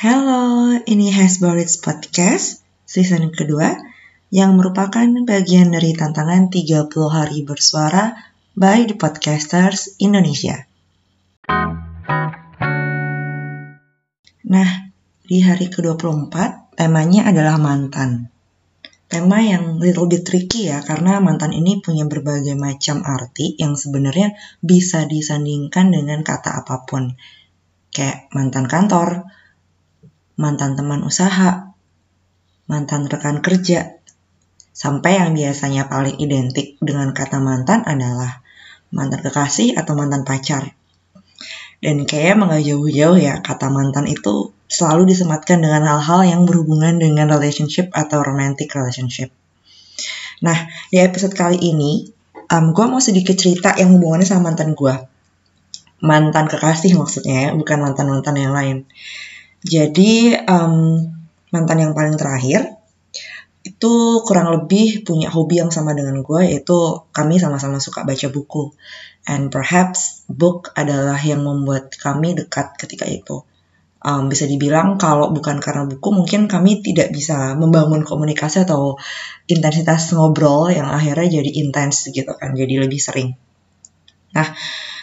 Halo, ini Hasbury's Podcast season kedua yang merupakan bagian dari tantangan 30 hari bersuara by The Podcasters Indonesia. Nah, di hari ke-24 temanya adalah mantan. Tema yang little bit tricky ya, karena mantan ini punya berbagai macam arti yang sebenarnya bisa disandingkan dengan kata apapun. Kayak mantan kantor, mantan teman usaha, mantan rekan kerja, sampai yang biasanya paling identik dengan kata mantan adalah mantan kekasih atau mantan pacar. Dan kayaknya nggak jauh-jauh ya, kata mantan itu selalu disematkan dengan hal-hal yang berhubungan dengan relationship atau romantic relationship. Nah, di episode kali ini, gue mau sedikit cerita yang hubungannya sama mantan gue. Mantan kekasih maksudnya ya, bukan mantan-mantan yang lain. Jadi mantan yang paling terakhir itu kurang lebih punya hobi yang sama dengan gue, yaitu kami sama-sama suka baca buku. And perhaps book adalah yang membuat kami dekat ketika itu. Bisa dibilang kalau bukan karena buku mungkin kami tidak bisa membangun komunikasi atau intensitas ngobrol yang akhirnya jadi intens gitu kan, jadi lebih sering. Nah,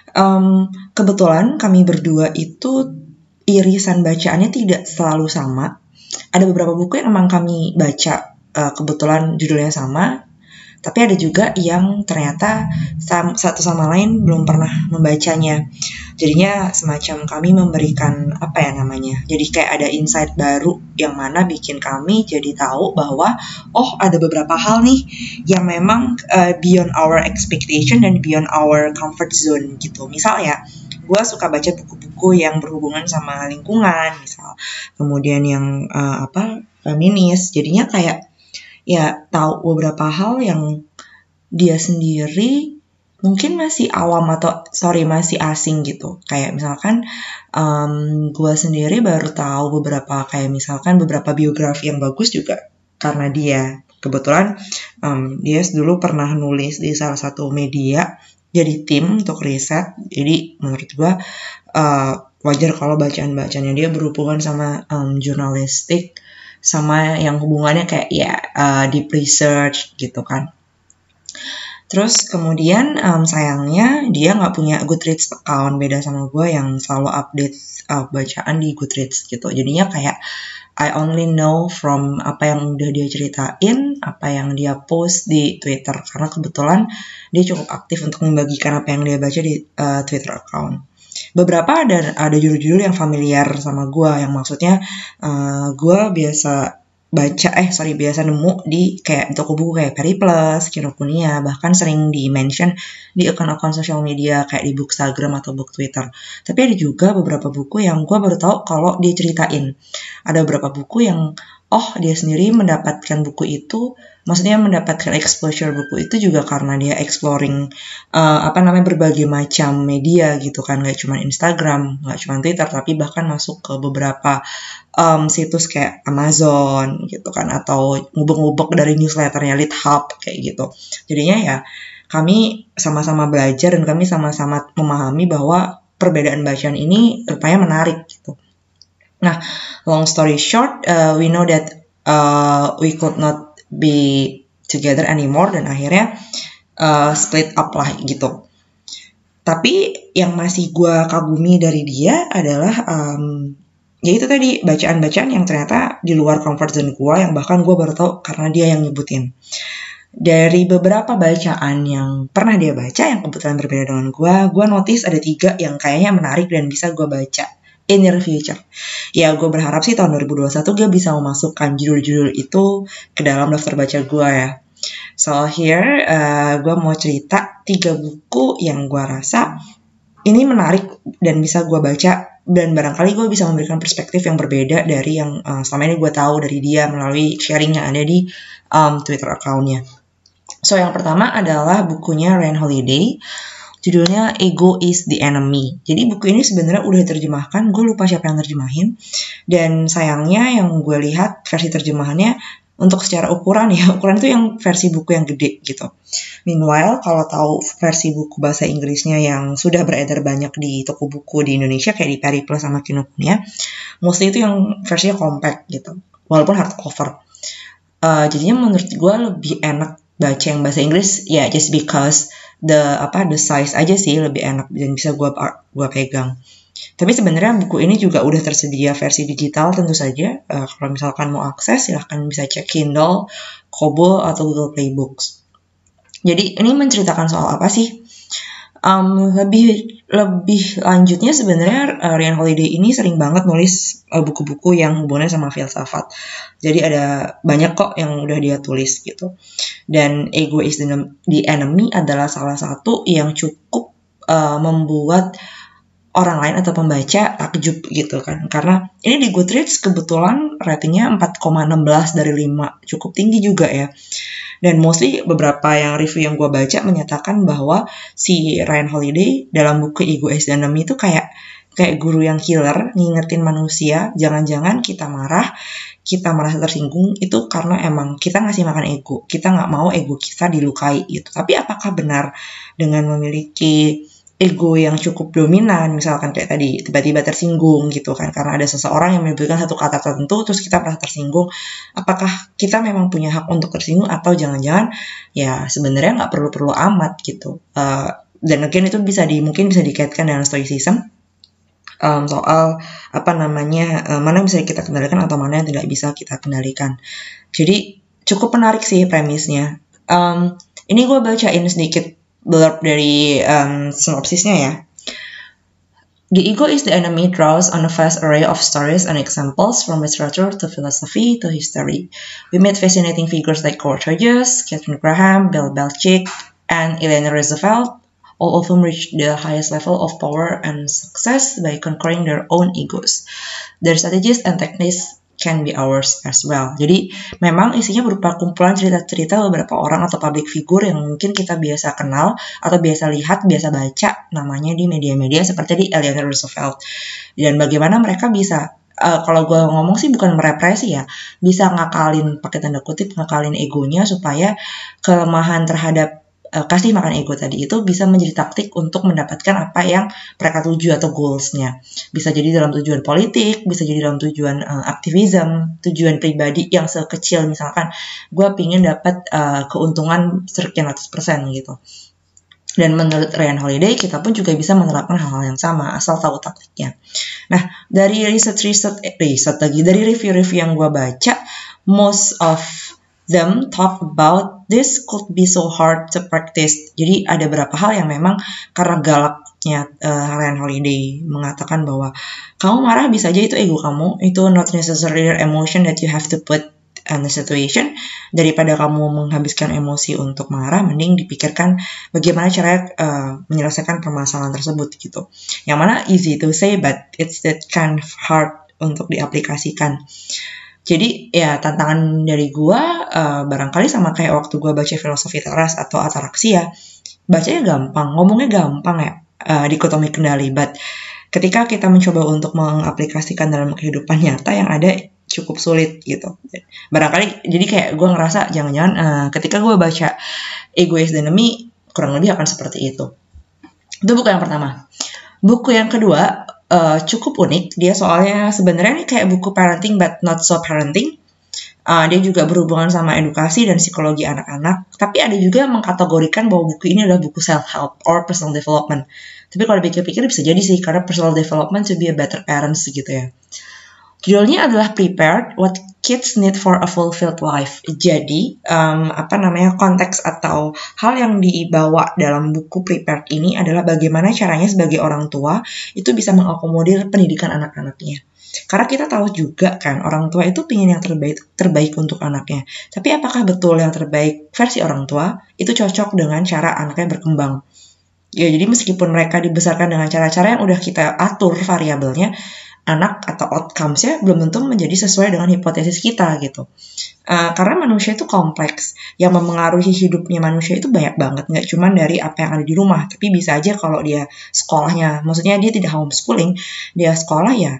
kebetulan kami berdua itu irisan bacaannya tidak selalu sama. Ada beberapa buku yang emang kami baca kebetulan judulnya sama, tapi ada juga yang ternyata satu sama lain belum pernah membacanya. Jadinya semacam kami memberikan jadi kayak ada insight baru yang mana bikin kami jadi tahu bahwa ada beberapa hal nih yang memang beyond our expectation dan beyond our comfort zone gitu. Misalnya gue suka baca buku-buku yang berhubungan sama lingkungan, misal, kemudian yang feminis. Jadinya kayak ya tahu beberapa hal yang dia sendiri mungkin masih awam masih asing gitu. Kayak misalkan gue sendiri baru tahu beberapa biografi yang bagus juga karena dia. Kebetulan dia dulu pernah nulis di salah satu media jadi tim untuk riset. Jadi menurut gue wajar kalau bacaan-bacaannya dia berhubungan sama jurnalistik, sama yang hubungannya kayak deep research gitu kan. Terus kemudian sayangnya dia nggak punya Goodreads account, beda sama gue yang selalu update bacaan di Goodreads gitu. Jadinya kayak I only know from apa yang udah dia ceritain, apa yang dia post di Twitter. Karena kebetulan dia cukup aktif untuk membagikan apa yang dia baca di Twitter account. Beberapa ada judul-judul yang familiar sama gue, yang maksudnya gue biasa nemu di kayak toko buku kayak Periplus, Kinokuniya, bahkan sering di-mention di akun-akun sosial media kayak di Bookstagram atau Book Twitter. Tapi ada juga beberapa buku yang gue baru tahu kalau dia ceritain. Ada beberapa buku yang dia sendiri mendapatkan buku itu, maksudnya mendapatkan exposure buku itu juga karena dia exploring berbagai macam media gitu kan, nggak cuma Instagram, nggak cuma Twitter, tapi bahkan masuk ke beberapa situs kayak Amazon gitu kan, atau ngubek-ngubek dari newsletternya LitHub kayak gitu. Jadinya ya kami sama-sama belajar dan kami sama-sama memahami bahwa perbedaan bacaan ini rupanya menarik gitu. Nah, long story short, we know that we could not be together anymore, dan akhirnya split up lah gitu. Tapi yang masih gue kagumi dari dia adalah yaitu tadi bacaan-bacaan yang ternyata di luar comfort zone gue, yang bahkan gue baru tahu karena dia yang nyebutin. Dari beberapa bacaan yang pernah dia baca yang kebetulan berbeda dengan gue notice ada 3 yang kayaknya menarik dan bisa gue baca in near future. Ya gue berharap sih tahun 2021 gue bisa memasukkan judul-judul itu ke dalam daftar baca gue ya. So here gue mau cerita 3 buku yang gue rasa ini menarik dan bisa gue baca, dan barangkali gue bisa memberikan perspektif yang berbeda dari yang selama ini gue tahu dari dia melalui sharing yang ada di Twitter account-nya. So yang pertama adalah bukunya Ryan Holiday, judulnya Ego is the Enemy. Jadi buku ini sebenarnya udah diterjemahkan, gue lupa siapa yang terjemahin, dan sayangnya yang gue lihat versi terjemahannya Untuk secara ukuran ya, ukuran itu yang versi buku yang gede gitu. Meanwhile, kalau tahu versi buku bahasa Inggrisnya yang sudah beredar banyak di toko buku di Indonesia, kayak di Periplus sama Kinokuniya, mostly itu yang versinya compact gitu, walaupun hardcover. Jadinya menurut gue lebih enak baca yang bahasa Inggris, ya just because the size aja sih lebih enak dan bisa gue pegang. Tapi sebenarnya buku ini juga udah tersedia versi digital tentu saja. Kalau misalkan mau akses, silahkan bisa cek Kindle, Kobo, atau Google Play Books. Jadi ini menceritakan soal apa sih? Lebih lanjutnya sebenarnya Ryan Holiday ini sering banget nulis buku-buku yang hubungannya sama filsafat. Jadi ada banyak kok yang udah dia tulis gitu. Dan Ego is the Enemy adalah salah satu yang cukup membuat orang lain atau pembaca takjub gitu kan. Karena ini di Goodreads kebetulan ratingnya 4,16 dari 5. Cukup tinggi juga ya. Dan mostly beberapa yang review yang gue baca menyatakan bahwa si Ryan Holiday dalam buku Ego is the Enemy itu kayak guru yang killer, ngingetin manusia, jangan-jangan kita merasa tersinggung itu karena emang kita ngasih makan ego. Kita nggak mau ego kita dilukai gitu. Tapi apakah benar dengan memiliki ego yang cukup dominan, misalkan kayak tadi tiba-tiba tersinggung gitu kan karena ada seseorang yang menyebutkan satu kata tertentu terus kita merasa tersinggung, apakah kita memang punya hak untuk tersinggung atau jangan-jangan ya sebenarnya nggak perlu amat gitu. Dan again itu mungkin bisa dikaitkan dengan stoicism, soal mana yang bisa kita kendalikan atau mana yang tidak bisa kita kendalikan. Jadi cukup menarik sih premisnya. Ini gue bacain sedikit blurb dari sinopsisnya ya. The Ego is the Enemy draws on a vast array of stories and examples from literature to philosophy to history. We meet fascinating figures like Howard Hughes, Katharine Graham, Bill Belichick, and Eleanor Roosevelt, all of whom reached the highest level of power and success by conquering their own egos. Their strategies and techniques can be ours as well. Jadi memang isinya berupa kumpulan cerita-cerita beberapa orang atau public figure yang mungkin kita biasa kenal atau biasa lihat, biasa baca namanya di media-media seperti di Eleanor Roosevelt. Dan bagaimana mereka bisa, kalau gue ngomong sih bukan merepresi ya, bisa ngakalin, pakai tanda kutip, ngakalin egonya supaya kelemahan terhadap kasih makan ego tadi itu bisa menjadi taktik untuk mendapatkan apa yang mereka tuju atau goals-nya. Bisa jadi dalam tujuan politik, bisa jadi dalam tujuan aktivisme, tujuan pribadi yang sekecil misalkan gue pingin dapat keuntungan sekian ratus % gitu. Dan menurut Ryan Holiday kita pun juga bisa menerapkan hal-hal yang sama asal tahu taktiknya. Nah dari dari review-review yang gue baca, most of them talk about this could be so hard to practice. Jadi ada beberapa hal yang memang karena galaknya Ryan Holiday mengatakan bahwa kamu marah bisa aja itu ego kamu, itu not necessarily emotion that you have to put in the situation. Daripada kamu menghabiskan emosi untuk marah, mending dipikirkan bagaimana cara menyelesaikan permasalahan tersebut gitu. Yang mana easy to say but it's that kind of hard untuk diaplikasikan. Jadi ya tantangan dari gue barangkali sama kayak waktu gue baca filosofi teras atau ataraxia, bacanya gampang, ngomongnya gampang ya, dikotomi kendali. But ketika kita mencoba untuk mengaplikasikan dalam kehidupan nyata yang ada cukup sulit gitu. Barangkali jadi kayak gue ngerasa jangan-jangan ketika gue baca Ego is the Enemy kurang lebih akan seperti itu. Itu buku yang pertama. Buku yang kedua cukup unik, dia soalnya sebenarnya ini kayak buku parenting but not so parenting. Dia juga berhubungan sama edukasi dan psikologi anak-anak, tapi ada juga yang mengkategorikan bahwa buku ini adalah buku self-help or personal development. Tapi kalau dipikir-pikir bisa jadi sih, karena personal development to be a better parents gitu ya. Judulnya adalah Prepared, What Kids Need for a Fulfilled Life. Jadi, konteks atau hal yang dibawa dalam buku Prepared ini adalah bagaimana caranya sebagai orang tua itu bisa mengakomodir pendidikan anak-anaknya. Karena kita tahu juga kan, orang tua itu pingin yang terbaik untuk anaknya. Tapi apakah betul yang terbaik versi orang tua itu cocok dengan cara anaknya berkembang? Ya, jadi meskipun mereka dibesarkan dengan cara-cara yang udah kita atur variabelnya, anak atau outcomes-nya belum tentu menjadi sesuai dengan hipotesis kita gitu. Karena manusia itu kompleks, yang memengaruhi hidupnya manusia itu banyak banget, nggak cuma dari apa yang ada di rumah, tapi bisa aja kalau dia sekolahnya, maksudnya dia tidak homeschooling, dia sekolah ya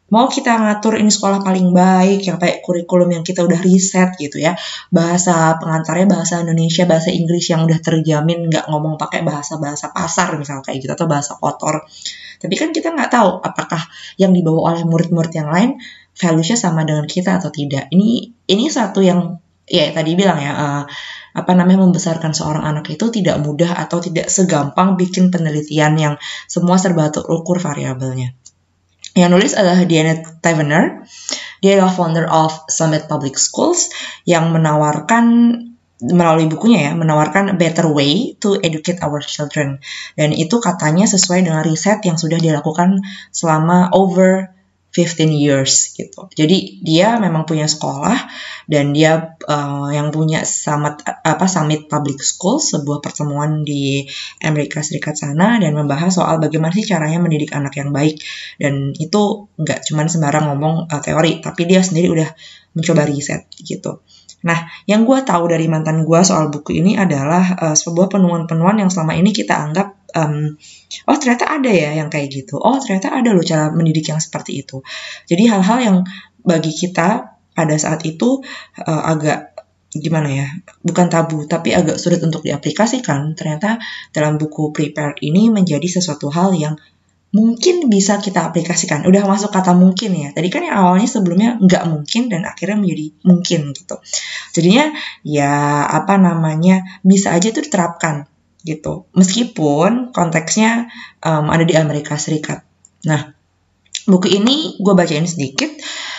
Mau kita ngatur ini sekolah paling baik, yang kayak kurikulum yang kita udah riset gitu ya, bahasa pengantarnya bahasa Indonesia, bahasa Inggris yang udah terjamin, nggak ngomong pakai bahasa-bahasa pasar misalnya kayak gitu, atau bahasa kotor. Tapi kan kita nggak tahu apakah yang dibawa oleh murid-murid yang lain values-nya sama dengan kita atau tidak. Ini satu yang ya tadi bilang ya, membesarkan seorang anak itu tidak mudah atau tidak segampang bikin penelitian yang semua serba terukur variabelnya. Yang nulis adalah Diana Tavener. Dia adalah founder of Summit Public Schools yang menawarkan melalui bukunya ya, menawarkan a better way to educate our children. Dan itu katanya sesuai dengan riset yang sudah dilakukan selama over 15 years gitu. Jadi dia memang punya sekolah dan dia yang punya Summit Public School, sebuah pertemuan di Amerika Serikat sana, dan membahas soal bagaimana sih caranya mendidik anak yang baik. Dan itu nggak cuma sembarang ngomong teori, tapi dia sendiri udah mencoba riset gitu. Nah, yang gue tahu dari mantan gue soal buku ini adalah sebuah penemuan-penemuan yang selama ini kita anggap oh ternyata ada ya yang kayak gitu. Oh ternyata ada loh cara mendidik yang seperti itu. Jadi hal-hal yang bagi kita pada saat itu agak gimana ya, bukan tabu tapi agak sulit untuk diaplikasikan, ternyata dalam buku Prepared ini menjadi sesuatu hal yang mungkin bisa kita aplikasikan. Udah masuk kata mungkin ya. Tadi kan yang awalnya sebelumnya nggak mungkin dan akhirnya menjadi mungkin gitu. Jadinya ya bisa aja itu diterapkan gitu. Meskipun konteksnya ada di Amerika Serikat. Nah, buku ini gue bacain sedikit.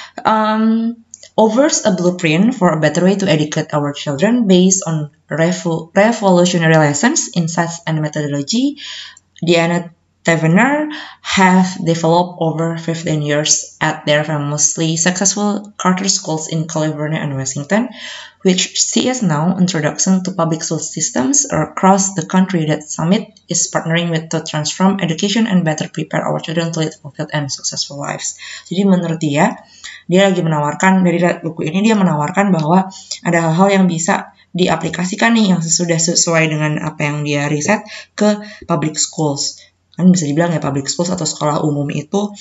Offers a blueprint for a better way to educate our children based on revolutionary lessons, insights, and methodology. Diana Tavener have developed over 15 years at their famously successful Carter schools in California and Washington, which sees now introduction to public school systems across the country. That Summit is partnering with to transform education and better prepare our children to lead fulfilled and successful lives. Jadi menurut dia lagi menawarkan, dari buku ini dia menawarkan bahwa ada hal-hal yang bisa diaplikasikan nih yang sudah sesuai dengan apa yang dia riset ke public schools. Kan bisa dibilang ya public schools atau sekolah umum itu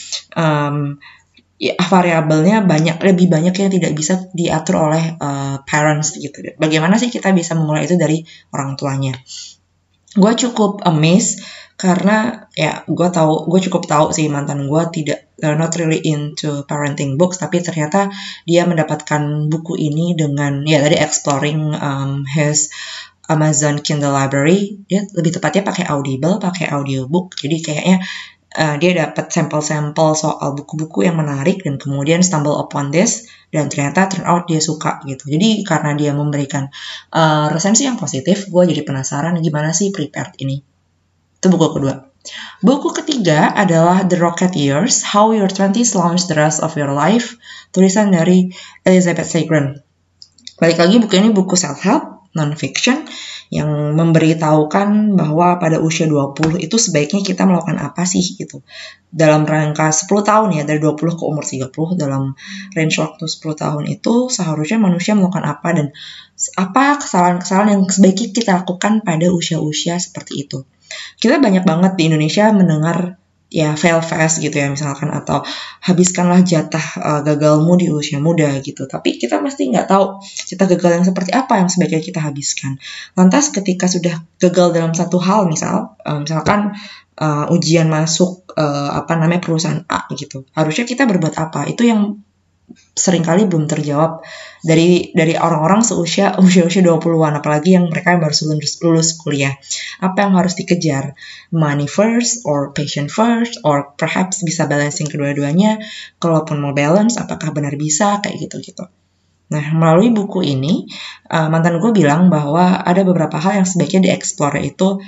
ya, variabelnya lebih banyak yang tidak bisa diatur oleh parents gitu. Bagaimana sih kita bisa memulai itu dari orang tuanya? Gue cukup amazed karena ya gue cukup tahu sih mantan gue not really into parenting books, tapi ternyata dia mendapatkan buku ini dengan ya tadi exploring his Amazon Kindle Library. Dia lebih tepatnya pakai Audible, pakai audiobook. Jadi kayaknya dia dapat sampel-sampel soal buku-buku yang menarik dan kemudian stumble upon this dan ternyata turn out dia suka gitu. Jadi karena dia memberikan resensi yang positif, gue jadi penasaran gimana sih Prepared ini. Itu buku kedua. Buku ketiga adalah The Rocket Years, How Your 20s Launch the Rest of Your Life, tulisan dari Elizabeth Segren. Balik lagi buku ini buku self-help, non-fiction, yang memberitahukan bahwa pada usia 20 itu sebaiknya kita melakukan apa sih gitu. Dalam rangka 10 tahun ya, dari 20 ke umur 30, dalam range waktu 10 tahun itu seharusnya manusia melakukan apa dan apa kesalahan-kesalahan yang sebaiknya kita lakukan pada usia-usia seperti itu. Kita banyak banget di Indonesia mendengar ya fail fast gitu ya misalkan, atau habiskanlah jatah gagalmu di usia muda gitu. Tapi kita mesti nggak tahu jatah gagal yang seperti apa yang sebaiknya kita habiskan. Lantas ketika sudah gagal dalam satu hal, misalkan ujian masuk perusahaan A gitu, harusnya kita berbuat apa? Itu yang seringkali belum terjawab dari orang-orang usia 20-an, apalagi yang mereka baru lulus kuliah. Apa yang harus dikejar? Money first or passion first, or perhaps bisa balancing kedua-duanya. Kalaupun mau balance, apakah benar bisa? Kayak gitu-gitu. Nah, melalui buku ini, mantan gue bilang bahwa ada beberapa hal yang sebaiknya dieksplor, yaitu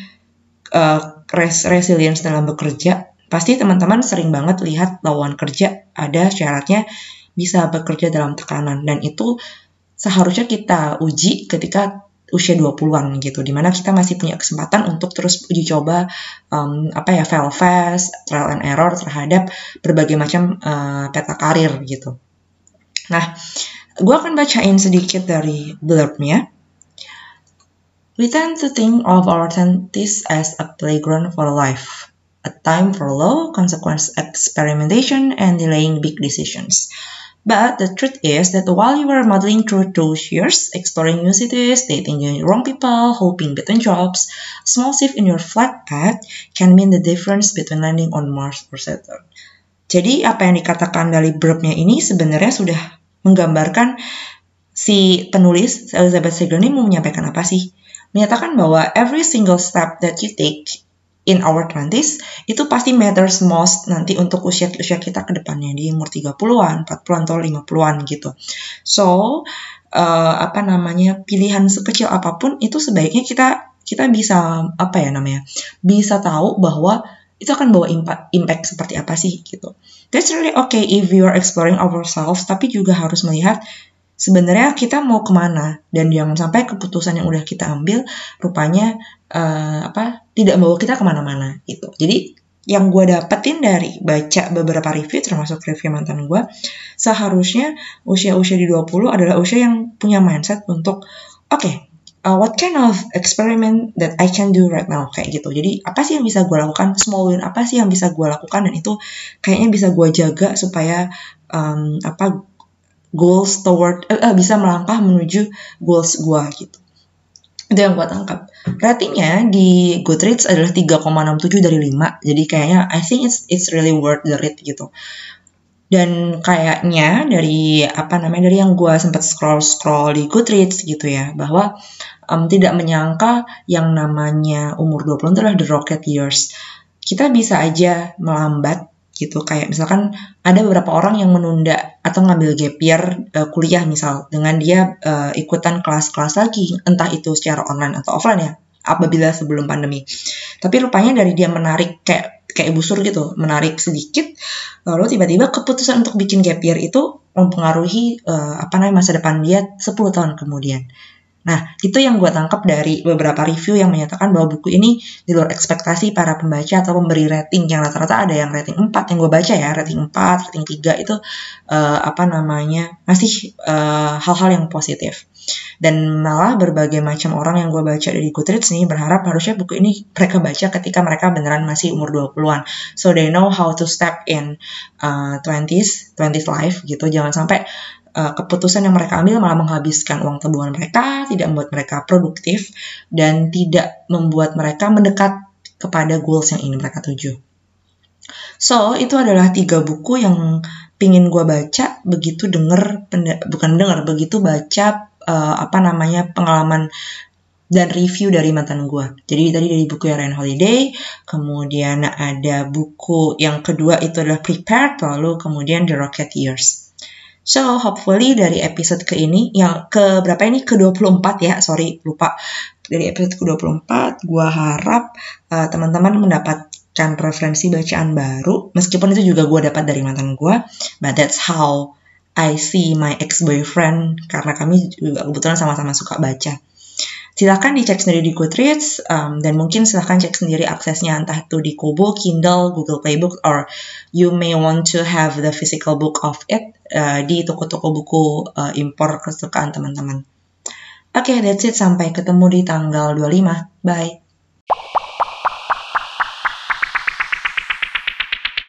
resilience dalam bekerja. Pasti teman-teman sering banget lihat lowongan kerja ada syaratnya bisa bekerja dalam tekanan, dan itu seharusnya kita uji ketika usia 20-an gitu, dimana kita masih punya kesempatan untuk terus uji coba fail fast, trial and error terhadap berbagai macam peta karir gitu. Nah, gue akan bacain sedikit dari blurbnya. We tend to think of our 20s as a playground for life. a time for low consequence experimentation and delaying big decisions. But the truth is that while you are modeling through those years, exploring new cities, dating the wrong people, hoping between jobs, a small shift in your flight path can mean the difference between landing on Mars or Saturn. Jadi apa yang dikatakan dari blurbnya ini sebenarnya sudah menggambarkan si penulis Elizabeth Segal ini mau menyampaikan apa sih? Menyatakan bahwa every single step that you take in our 20s itu pasti matters most nanti untuk usia kita ke depannya di umur 30-an, 40-an atau 50-an gitu. So, pilihan sekecil apapun itu sebaiknya kita bisa bisa tahu bahwa itu akan bawa impact seperti apa sih gitu. That's really okay if we are exploring ourselves, tapi juga harus melihat sebenarnya kita mau kemana, dan jangan sampai keputusan yang udah kita ambil rupanya tidak membawa kita kemana-mana gitu. Jadi yang gue dapetin dari baca beberapa review, termasuk review mantan gue, seharusnya usia-usia di 20 adalah usia yang punya mindset untuk what kind of experiment that I can do right now, kayak gitu. Jadi apa sih yang bisa gue lakukan, small win apa sih yang bisa gue lakukan, dan itu kayaknya bisa gue jaga supaya goals toward bisa melangkah menuju goals gue gitu. Itu yang gue tangkap. Ratingnya di Goodreads adalah 3,67 dari 5. Jadi kayaknya I think it's really worth the read gitu. Dan kayaknya dari yang gue sempat scroll di Goodreads gitu ya, bahwa tidak menyangka yang namanya umur 20 itu adalah the rocket years. Kita bisa aja melambat gitu, kayak misalkan ada beberapa orang yang menunda atau ngambil gap year kuliah misal dengan dia ikutan kelas-kelas lagi, entah itu secara online atau offline ya, apabila sebelum pandemi. Tapi rupanya dari dia menarik kayak busur gitu, menarik sedikit, lalu tiba-tiba keputusan untuk bikin gap year itu mempengaruhi masa depan dia 10 tahun kemudian. Nah, itu yang gue tangkap dari beberapa review yang menyatakan bahwa buku ini di luar ekspektasi para pembaca atau pemberi rating, yang rata-rata ada yang rating 4 yang gue baca ya, rating 4, rating 3 itu masih hal-hal yang positif. Dan malah berbagai macam orang yang gue baca dari Goodreads nih berharap harusnya buku ini mereka baca ketika mereka beneran masih umur 20-an. So they know how to step in 20s life gitu. Jangan sampai keputusan yang mereka ambil malah menghabiskan uang tabungan mereka, tidak membuat mereka produktif, dan tidak membuat mereka mendekat kepada goals yang ingin mereka tuju. So, itu adalah 3 buku yang pingin gue baca begitu begitu baca pengalaman dan review dari mantan gue. Jadi tadi dari buku yang Ryan Holiday, kemudian ada buku yang kedua itu adalah Prepared, lalu kemudian The Rocket Years. So, hopefully dari episode yang ke-berapa ini? Ke-24 ya, sorry, lupa. Dari episode ke-24, gue harap teman-teman mendapatkan referensi bacaan baru, meskipun itu juga gue dapat dari mantan gue, but that's how I see my ex-boyfriend, karena kami juga kebetulan sama-sama suka baca. Silahkan dicek sendiri di Goodreads, dan mungkin silahkan cek sendiri aksesnya, entah itu di Kobo, Kindle, Google Playbook, or you may want to have the physical book of it di toko-toko buku impor kesukaan teman-teman. Oke, that's it. Sampai ketemu di tanggal 25. Bye.